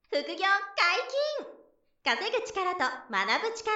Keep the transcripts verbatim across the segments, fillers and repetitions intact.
副業解禁。稼ぐ力と学ぶ力。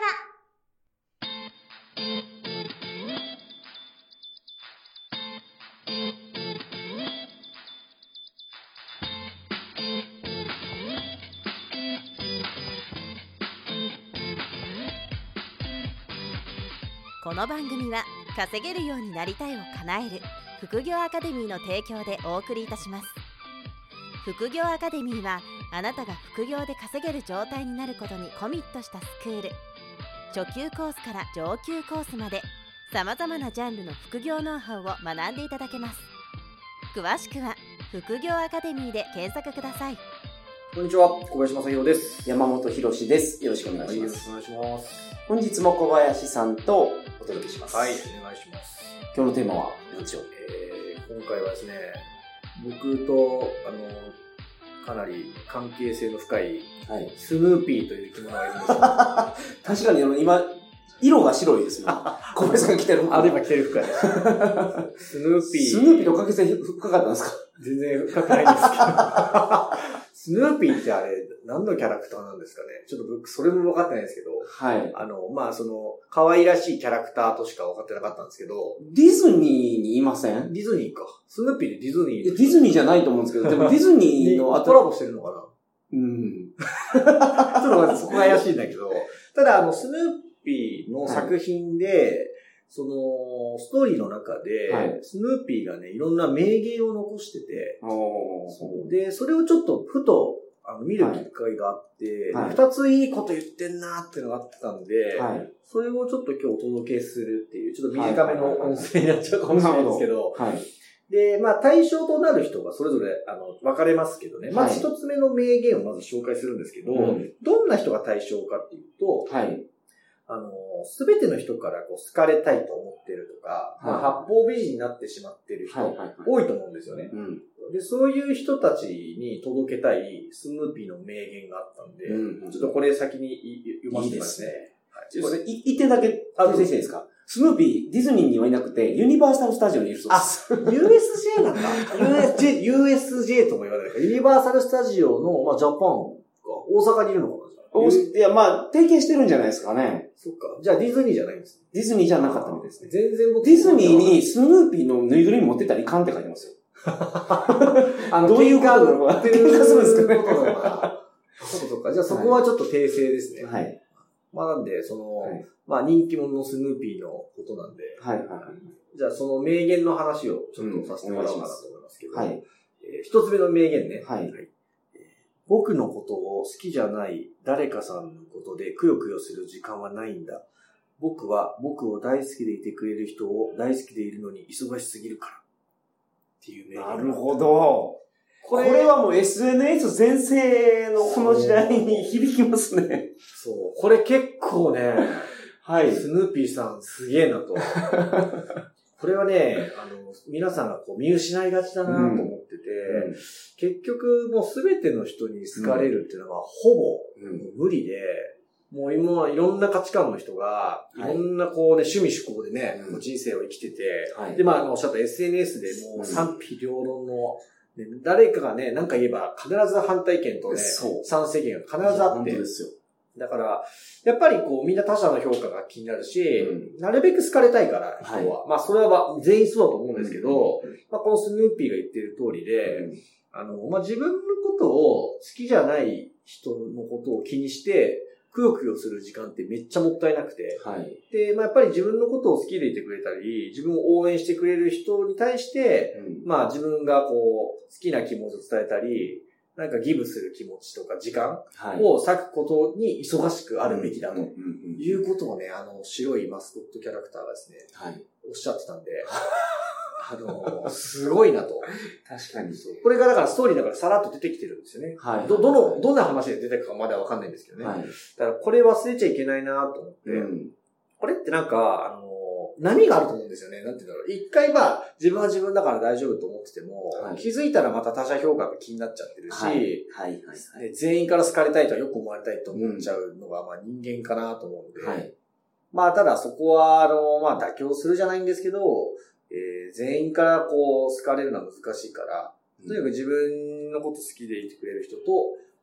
この番組は稼げるようになりたいを叶える副業アカデミーの提供でお送りいたします。副業アカデミーはあなたが副業で稼げる状態になることにコミットしたスクール。初級コースから上級コースまでさまざまなジャンルの副業ノウハウを学んでいただけます。詳しくは副業アカデミーで検索ください。 こんにちは、小林正弘です。 山本博史です。よろしくお願いします。 はい、よろしくお願いします。 本日も小林さんとお届けします。 はい、お願いします。 今日のテーマは何でしょう。 えー、今回はですね、僕とあのかなり関係性の深い、はい、スヌーピーという生き物がいるんですよ。 確かにあの今色が白いですよ。小林さんが着てる服。 あれ今着てる服やね。スヌーピー。 スヌーピーの関係性深かったんですか？ 全然深くないんですけど。スヌーピーってあれ何のキャラクターなんですかね。ちょっと僕それも分かってないんですけど。 はい。 あのまあその可愛らしいキャラクターとしか分かってなかったんですけど。 ディズニーにいません？ ディズニーか。スヌーピーでディズニー。 ディズニーじゃないと思うんですけど、でもディズニーのコラボしてるのかな。 うん。 ちょっと待って、そこが怪しいんだけど。ただあのスヌーピーの作品で、はい、そのストーリーの中で、はい、スヌーピーがねいろんな名言を残してて、そうでそれをちょっとふとあの見る機会があって、はい、ふたついいこと言ってんなーっていうのがあってたんで、はい、それをちょっと今日お届けするっていうちょっと短めの音声になっちゃうかもしれないですけど、はい、でまあ対象となる人がそれぞれあの分かれますけどね、まず一つ目の名言をまず紹介するんですけど、はい、どんな人が対象かっていうと、はい、あの、すべての人からこう好かれたいと思ってるとか、はい、まあ、八方美人になってしまってる人、はいはいはい、多いと思うんですよね、うん。で、そういう人たちに届けたいスヌーピーの名言があったんで、うん、ちょっとこれ先に読ませてますね。 いいですね。はい、一点だけ訂正していいですか？スヌーピー、ディズニーにはいなくて、ユニバーサルスタジオにいるそうです。 あ、ユーエスジェー なんだ。ユーエスジェー、ユーエスジェー とも言われるか。ユニバーサルスタジオの、まあ、ジャパンが大阪にいるのかな。 いや、まあ、提携してるんじゃないですかね。 そっか。じゃあディズニーじゃないんですね。 ディズニーじゃなかったみたいですね。 全然僕。 ディズニーにスヌーピーのぬいぐるみ持ってたらいかんって書いてますよ。あの、どういうことなのか。喧嘩するんですかね。 そうそっか。じゃあそこはちょっと訂正ですね。 はい。 まあなんで、その、はい、まあ人気者のスヌーピーのことなんで。はいはいはい。じゃあその名言の話をちょっとさせてもらおうかなと思いますけど。うん、はい。えー、一つ目の名言ね。はい。はい、僕のことを好きじゃない誰かさんのことでくよくよする時間はないんだ。僕は僕を大好きでいてくれる人を大好きでいるのに忙しすぎるから。っていう名言。 なるほど。これ、これはもう エスエヌエス 全盛のこの時代に響きますね。 そう。これ結構ね、はい。スヌーピーさんすげえなと。これはね、あの、皆さんがこう見失いがちだなと思ってて、うん、結局もうすべての人に好かれるっていうのはほぼ無理で、うん、もう今いろんな価値観の人が、いろんなこうね、趣味趣向でね、うん、人生を生きてて、はい、で、まあ、おっしゃった エスエヌエス でもう賛否両論の、ね、誰かがね、何か言えば必ず反対意見とね、賛成意見が必ずあって、本当ですよ。だから、やっぱりこう、みんな他者の評価が気になるし、うん、なるべく好かれたいから、人は。はい、まあ、それは全員そうだと思うんですけど、うん、まあ、このスヌーピーが言ってる通りで、うん、あの、まあ、自分のことを好きじゃない人のことを気にして、くよくよする時間ってめっちゃもったいなくて、はい、で、まあ、やっぱり自分のことを好きでいてくれたり、自分を応援してくれる人に対して、うん、まあ、自分がこう、好きな気持ちを伝えたり、なんかギブする気持ちとか時間を割くことに忙しくあるべきだということをね、あの白いマスコットキャラクターがですね、はい、おっしゃってたんで、あのすごいなと。 確かにそう。 これがだからストーリーだからさらっと出てきてるんですよね。はい。ど、どの、どんな話で出てくるかまではわかんないんですけどね。はい。だからこれ忘れちゃいけないなと思って、うん、これってなんか、あの、波があると思うんですよね。なんていうんだろう。一回まあ、自分は自分だから大丈夫と思ってても、はい、気づいたらまた他者評価が気になっちゃってるし、はい。はいはいはい、全員から好かれたいとはよく思われたいと思っちゃうのが、まあ人間かなと思うんで、はい、まあただそこは、あの、まあ妥協するじゃないんですけど、えー、全員からこう好かれるのは難しいから、とにかく自分のこと好きでいてくれる人と、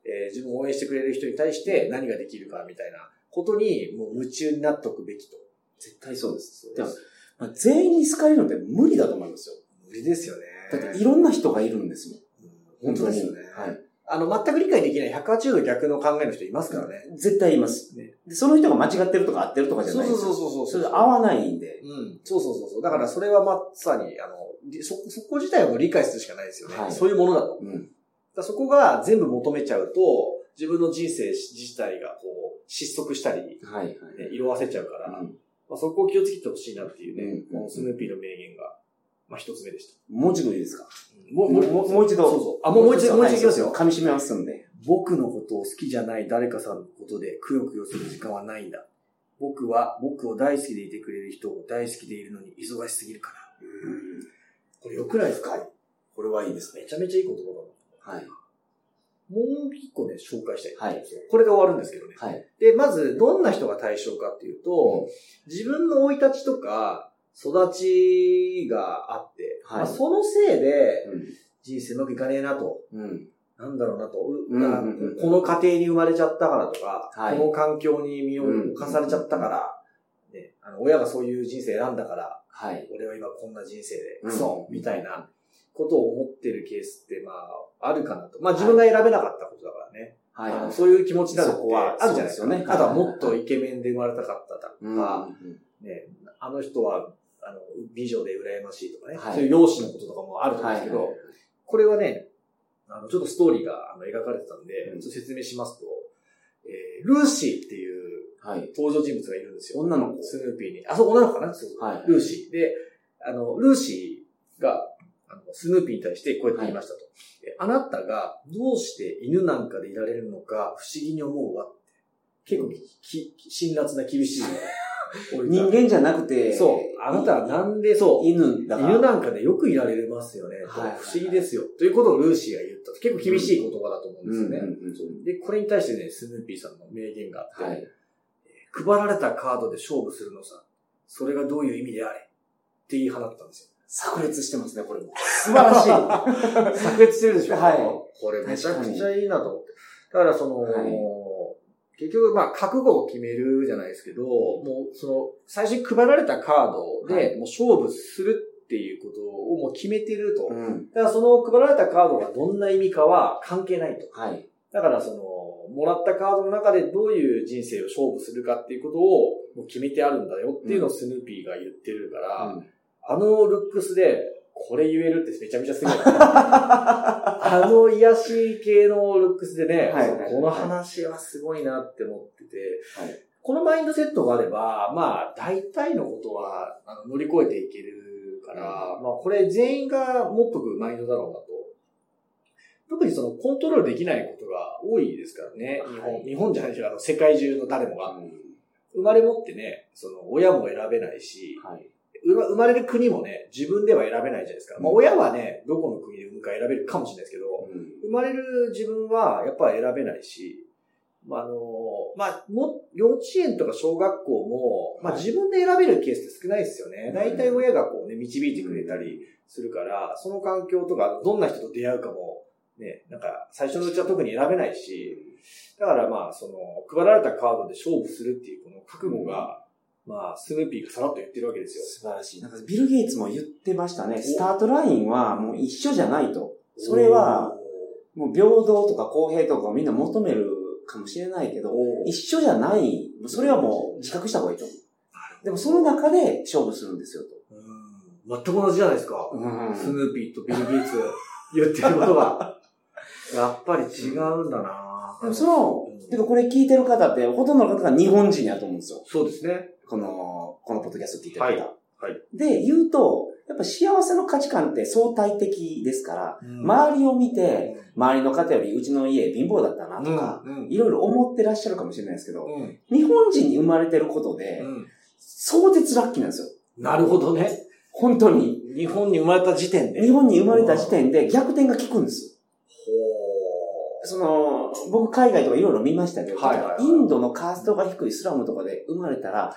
えー、自分を応援してくれる人に対して何ができるかみたいなことにもう夢中になっておくべきと。 絶対そうです。でも、まあ、全員に好かれるのって無理だと思いますよ。 無理ですよね。 だっていろんな人がいるんですもん。 うん、本当ですよね。 はい。 あの、全く理解できないひゃくはちじゅうど逆の考えの人いますからね。 絶対います。ね、で、その人が間違ってるとか合ってるとかじゃないです。 そうそうそうそう。 それ合わないんで。 うん。そうそうそうそう。だからそれはまさに、あの、そ、そこ自体をもう理解するしかないですよね。はい、そういうものだと。うん。だそこが全部求めちゃうと、自分の人生自体がこう、失速したり、はいはい、ね、色あせちゃうから、うん、まあ、そこを気をつけてほしいなっていうね、うん、このスヌーピーの名言が、まあ一つ目でした。 もう一度いいですか？ もう、もう、もう一度。そうそう。あ、もう、もう一度、もう一度いきますよ。 噛み締めますんで。 僕のことを好きじゃない誰かさんのことでくよくよする時間はないんだ。僕は僕を大好きでいてくれる人を大好きでいるのに忙しすぎるから。うん。これ良くないですか？ これはいいですね。 めちゃめちゃいい言葉だな。はい。もう一個ね、紹介したい。はい。これで終わるんですけどね。はい。で、まず、どんな人が対象かっていうと、うん、自分の生い立ちとか、育ちがあって、はい、まあ、そのせいで、人生うまくいかねえなと。うん。なんだろうなと。うんうんうん、この家庭に生まれちゃったからとか、はい、この環境に身を侵されちゃったから、うんね、あの親がそういう人生選んだから、はい、俺は今こんな人生でクソ、うん、みたいなことを思ってるケースって、まあ、あるかなと。まあ自分が選べなかったことだからね。はい、あのそういう気持ちになるってあるじゃないですか。ね、あとはもっとイケメンで生まれたかったとか、うんうんね、あの人はあの美女で羨ましいとかね、はい、そういう容姿のこととかもあると思うんですけど、はいはいはい、これはね、あの、ちょっとストーリーがあの描かれてたんで、うん、ちょっと説明しますと、えー、ルーシーっていう登場人物がいるんですよ。 女の子。 スヌーピーに。あ、そう、女の子かなそう、はい、ルーシー。で、あの、ルーシーが、あの、スヌーピーに対してこうやって言いましたと。はい、あなたがどうして犬なんかでいられるのか不思議に思うわって。結構き、き、辛辣な厳しい。 人間じゃなくて、 そう。あなたはなんでそう。 犬だから。 犬なんかでよくいられますよね。はい、不思議ですよ。ということをルーシーが言った。結構厳しい言葉だと思うんですよね。うんうんうん、で、これに対してね、スヌーピーさんの名言があって、はい、配られたカードで勝負するのさ。それがどういう意味であれって言い放ったんですよ。 炸裂してますね、これも。 素晴らしい。炸裂してるでしょ。はい。これめちゃくちゃいいなと思って。だからその、はい、結局、まあ、覚悟を決めるじゃないですけど、もう、その、最初に配られたカードで、もう勝負するっていうことをもう決めてると。うん、だからその配られたカードがどんな意味かは関係ないと。はい。だからその、もらったカードの中でどういう人生を勝負するかっていうことをもう決めてあるんだよっていうのをスヌーピーが言ってるから、うん、あのルックスで、これ言えるってめちゃめちゃすごい。あの癒し系のルックスでね、はいはいはい、この話はすごいなって思ってて、はい、このマインドセットがあれば、まあ、大体のことはあの乗り越えていけるから、うん、まあ、これ全員が持っとくマインドだろうなと。特にそのコントロールできないことが多いですからね。日本、はい、日本じゃないし、あの世界中の誰もが、うん。生まれ持ってね、その親も選べないし、はい、生まれる国もね、自分では選べないじゃないですか。まあ親はね、どこの国で産むか選べるかもしれないですけど、うん、生まれる自分はやっぱり選べないし、まあ、あの、まあ、も、幼稚園とか小学校も、まあ自分で選べるケースって少ないですよね。大体親がこうね、導いてくれたりするから、その環境とか、どんな人と出会うかも、ね、なんか最初のうちは特に選べないし、だからまあ、その、配られたカードで勝負するっていうこの覚悟が、まあ、スヌーピーがさらっと言ってるわけですよ。 素晴らしい。なんかビル・ゲイツも言ってましたね。スタートラインはもう一緒じゃないと。それは、もう平等とか公平とかみんな求めるかもしれないけど、一緒じゃない。それはもう自覚した方がいいと。でもその中で勝負するんですよと。 うん。全く同じじゃないですか。うん、スヌーピーとビル・ゲイツ言ってることが。やっぱり違うんだな。 でもその、うん、けどこれ聞いてる方って、ほとんどの方が日本人やと思うんですよ。 そうですね。 この、このポッドキャスト聞いてる方。はい。 はい。 で、言うと、やっぱ幸せの価値観って相対的ですから、うん、周りを見て、周りの方よりうちの家貧乏だったなとか、うんうん、いろいろ思ってらっしゃるかもしれないですけど、うん、日本人に生まれてることで、うん、壮絶ラッキーなんですよ。 なるほどね。 本当に。 日本に生まれた時点で。 日本に生まれた時点で逆転が効くんです。その、僕海外とかいろいろ見ましたけど、はいはいはい、インドのカーストが低いスラムとかで生まれたら、はい、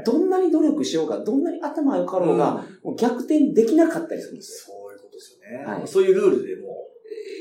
どんなに努力しようが、どんなに頭良かろうが、うん、もう逆転できなかったりするんですよ。 そういうことですよね。はい、そういうルールでも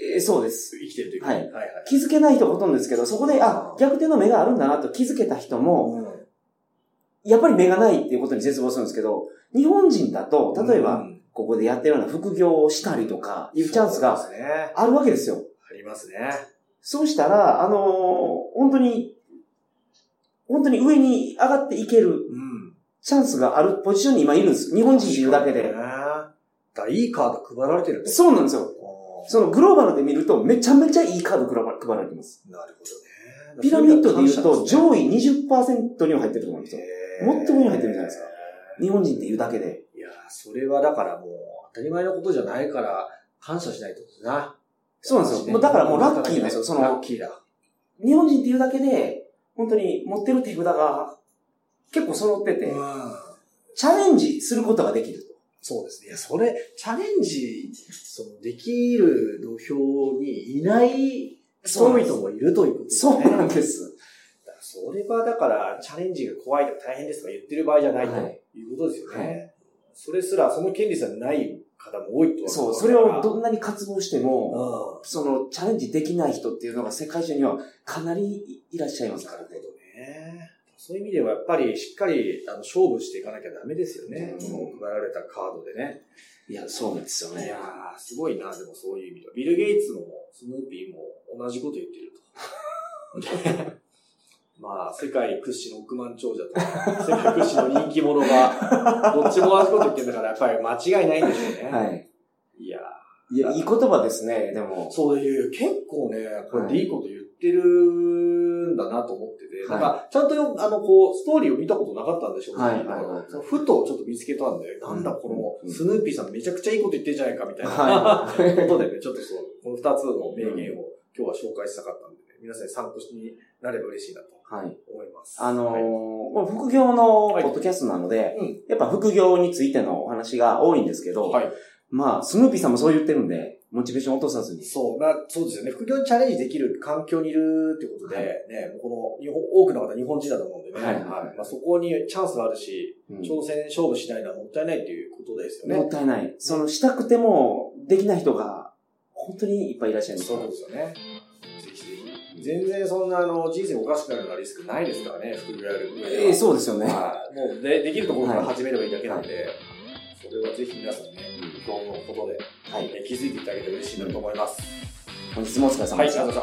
えー、そうです。 生きてるというか。 はい。はいはい、気づけない人がほとんどですけど、そこで、あ、逆転の目があるんだなと気づけた人も、うん、やっぱり目がないっていうことに絶望するんですけど、日本人だと、例えば、うん、ここでやってるような副業をしたりとか、いうチャンスがあるわけですよ。 ありますね。 そうしたら、あのー、本当に、本当に上に上がっていける、チャンスがあるポジションに今いるんです。日本人っていうだけで。 だいいカード配られてる。 そうなんですよ。そのグローバルで見ると、めちゃめちゃいいカード配られてます。 なるほどね。 ピラミッドで言うと、上位 にじゅっパーセント には入ってると思うんですよ。もっと上に入ってるじゃないですか。日本人っていうだけで。 いやー、それはだからもう、当たり前のことじゃないから、感謝しないとですな。 そうなんですよ。もうだからもうラッキーなんですよ。その、 ラッキーだ。 日本人っていうだけで、本当に持ってる手札が結構揃ってて、チャレンジすることができると。 そうですね。いや、それ、チャレンジ、その、できる土俵にいない人々もいるということですね。 そうなんです。 だからそれはだから、チャレンジが怖いとか大変ですとか言ってる場合じゃないということですよね。はい、それすら、その権利さえない方も多いと。 そう、それをどんなに渇望しても、うん、その、チャレンジできない人っていうのが世界中にはかなりいらっしゃいますからね。 なるほどね。そういう意味ではやっぱりしっかりあの勝負していかなきゃダメですよね。うん、もう配られたカードでね。 いや、そうなんですよね。 いやー、すごいな、でもそういう意味では。ビル・ゲイツもスヌーピーも同じこと言ってると。まあ、世界屈指の億万長者と、世界屈指の人気者が、どっちも同じこと言ってるんだから、やっぱり間違いないんですよね。はい。いやー。いや、いい言葉ですね、でも。 そういう、結構ね、これでいいこと言ってるんだなと思ってて、はい、なんか、ちゃんとあの、こう、ストーリーを見たことなかったんでしょうね。はいはいはい、そのふとちょっと見つけたんで、なんだこの、スヌーピーさんめちゃくちゃいいこと言ってんじゃないかみたいな、はい、ことでね、ちょっとそう、この二つの名言を今日は紹介したかったんでね、皆さんに参考になれば嬉しいなと思います。 はい、あのーはい、副業のポッドキャストなので、はいうん、やっぱ副業についてのお話が多いんですけど、はい、まあ、スヌーピーさんもそう言ってるんで、モチベーション落とさずに。 そう、まあ、そうですよね。副業にチャレンジできる環境にいるってことで、はい、ね、この日本、多くの方日本人だと思うんでね。はい。はい、まあ、そこにチャンスがあるし、うん、挑戦、勝負しないのはもったいないっていうことですよね。 もったいない。その、したくてもできない人が、本当にいっぱいいらっしゃいます。 そうですよね。ぜひぜひ。全然そんな、あの、人生おかしくなるようなリスクないですからね、副業やる上では。 ええー、そうですよね。 はい。もうで、できるところから始めればいいだけなんで、はい、それはぜひ皆さんね、今日のことで、はい、気づいていただけて嬉しいなと思います。 本日もお疲れ様でした。 はい、ありがとうございました。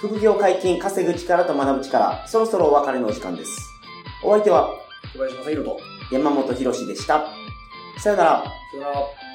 副業解禁、稼ぐ力と学ぶ力、そろそろお別れのお時間です。お相手は、 小林正宏と山本博史でした。さよなら。 さよなら。